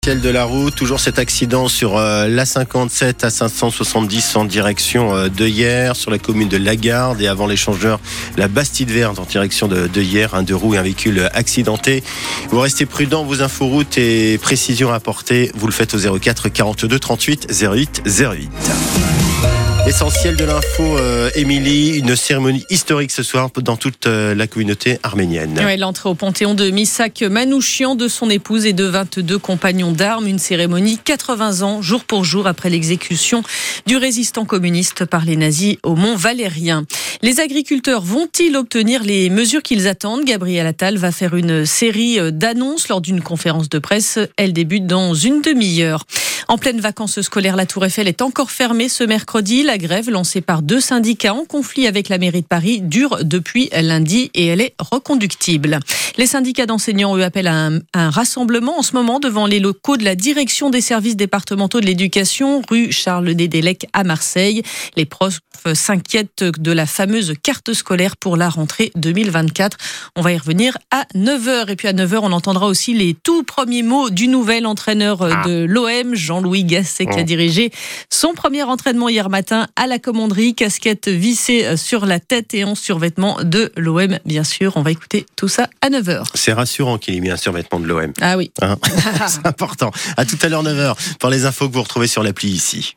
De la route, toujours cet accident sur la 57 à 570 en direction de Hyères, sur la commune de Lagarde et avant l'échangeur la Bastide Verte en direction de Hyères, un deux roues et un véhicule accidenté. Vous restez prudent, vos inforoutes et précisions à apporter, vous le faites au 04 42 38 08 08. Essentiel de l'info, Émilie, une cérémonie historique ce soir dans toute la communauté arménienne. Ouais, l'entrée au Panthéon de Misak Manouchian, de son épouse et de 22 compagnons d'armes. Une cérémonie 80 ans, jour pour jour, après l'exécution du résistant communiste par les nazis au Mont Valérien. Les agriculteurs vont-ils obtenir les mesures qu'ils attendent ? Gabriel Attal va faire une série d'annonces lors d'une conférence de presse. Elle débute dans une demi-heure. En pleine vacances scolaires, la Tour Eiffel est encore fermée ce mercredi. La grève lancée par 2 syndicats en conflit avec la mairie de Paris dure depuis lundi et elle est reconductible. Les syndicats d'enseignants, eux, appellent à un rassemblement en ce moment devant les locaux de la direction des services départementaux de l'éducation, rue Charles Dédélec à Marseille. Les profs s'inquiètent de la fameuse carte scolaire pour la rentrée 2024. On va y revenir à 9h. Et puis à 9h, on entendra aussi les tout premiers mots du nouvel entraîneur de l'OM, Jean-Louis Gasset, qui a dirigé son premier entraînement hier matin à la commanderie, casquette vissée sur la tête et en survêtement de l'OM, bien sûr. On va écouter tout ça à 9h. C'est rassurant qu'il ait mis un survêtement de l'OM. Ah oui. C'est important. À tout à l'heure 9h pour les infos que vous retrouvez sur l'appli ici.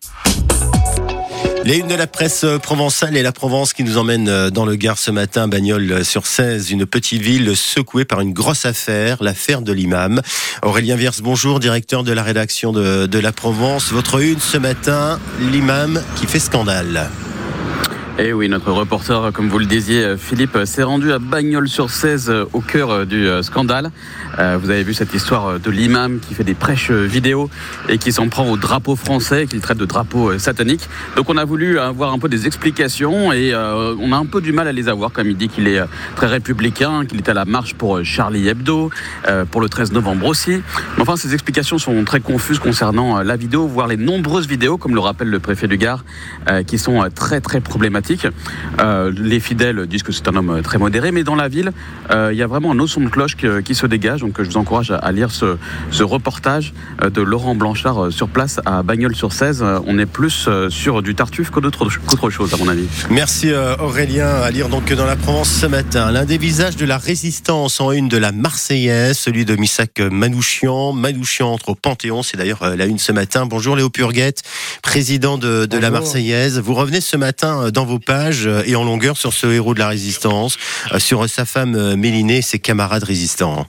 Les unes de la presse provençale et la Provence qui nous emmène dans le Gard ce matin, Bagnols-sur-Cèze, une petite ville secouée par une grosse affaire, l'affaire de l'imam. Aurélien Viers, bonjour, directeur de la rédaction de la Provence. Votre une ce matin, l'imam qui fait scandale. Et oui, notre reporter, comme vous le disiez, Philippe, s'est rendu à Bagnols-sur-Cèze au cœur du scandale. Vous avez vu cette histoire de l'imam qui fait des prêches vidéo et qui s'en prend au drapeau français, qu'il traite de drapeau satanique. Donc on a voulu avoir un peu des explications et on a un peu du mal à les avoir, comme il dit qu'il est très républicain, qu'il est à la marche pour Charlie Hebdo, pour le 13 novembre aussi. Mais enfin, ces explications sont très confuses concernant la vidéo, voire les nombreuses vidéos, comme le rappelle le préfet du Gard, qui sont très très problématiques. Les fidèles disent que c'est un homme très modéré, mais dans la ville, il y a vraiment un autre son de cloche qui se dégage. Donc je vous encourage à lire ce reportage de Laurent Blanchard sur place à Bagnols-sur-Cèze. On est plus sur du Tartuffe qu'autre chose, à mon avis. Merci Aurélien. À lire donc dans la Provence ce matin. L'un des visages de la résistance en une de la Marseillaise, celui de Misak Manouchian. Manouchian entre au Panthéon, c'est d'ailleurs la une ce matin. Bonjour Léo Purguette, président de la Marseillaise. Vous revenez ce matin dans vos pages et en longueur sur ce héros de la résistance, sur sa femme Mélinée et ses camarades résistants.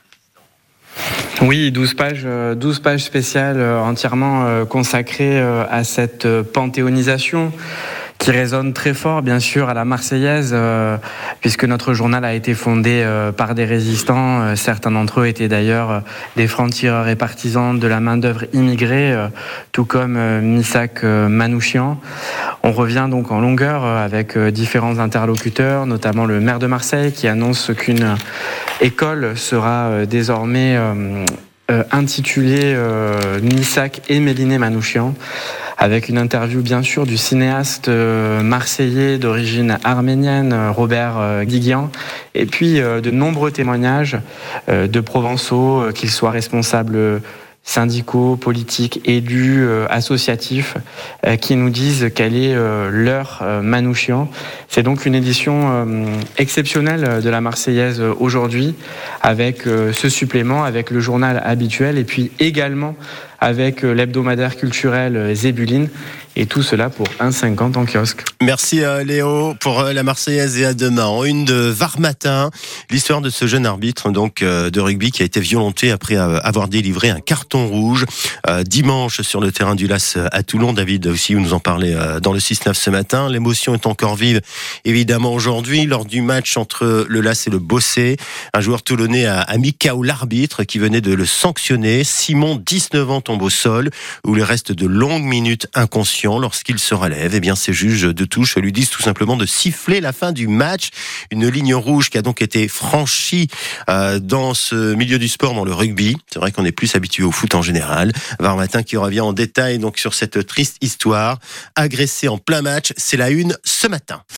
Oui, 12 pages spéciales entièrement consacrées à cette panthéonisation qui résonne très fort, bien sûr, à la Marseillaise, puisque notre journal a été fondé par des résistants. Certains d'entre eux étaient d'ailleurs des francs-tireurs et partisans de la main-d'œuvre immigrée, tout comme Misak Manouchian. On revient donc en longueur avec différents interlocuteurs, notamment le maire de Marseille, qui annonce qu'une école sera désormais intitulée Misak et Mélinée Manouchian, avec une interview bien sûr du cinéaste marseillais d'origine arménienne, Robert Guiguian, et puis de nombreux témoignages de Provençaux, qu'ils soient responsables syndicaux, politiques, élus, associatifs, qui nous disent quelle est leur Manouchian. C'est donc une édition exceptionnelle de la Marseillaise aujourd'hui, avec ce supplément, avec le journal habituel, et puis également avec l'hebdomadaire culturel Zébuline, et tout cela pour 1,50 en kiosque. Merci Léo pour la Marseillaise et à demain. En une de Var Matin, l'histoire de ce jeune arbitre donc de rugby qui a été violenté après avoir délivré un carton rouge dimanche sur le terrain du LAS à Toulon. David aussi nous en parlait dans le 6-9 ce matin. L'émotion est encore vive évidemment aujourd'hui lors du match entre le LAS et le Bossé. Un joueur toulonnais a mis KO l'arbitre qui venait de le sanctionner. Simon, 19 ans, tombe au sol où il reste de longues minutes inconscient. Lorsqu'il se relève, eh bien, ses juges de touche lui disent tout simplement de siffler la fin du match. Une ligne rouge qui a donc été franchie dans ce milieu du sport, dans le rugby. C'est vrai qu'on est plus habitué au foot en général. Var Matin qui revient en détail donc sur cette triste histoire. Agressé en plein match, c'est la une ce matin.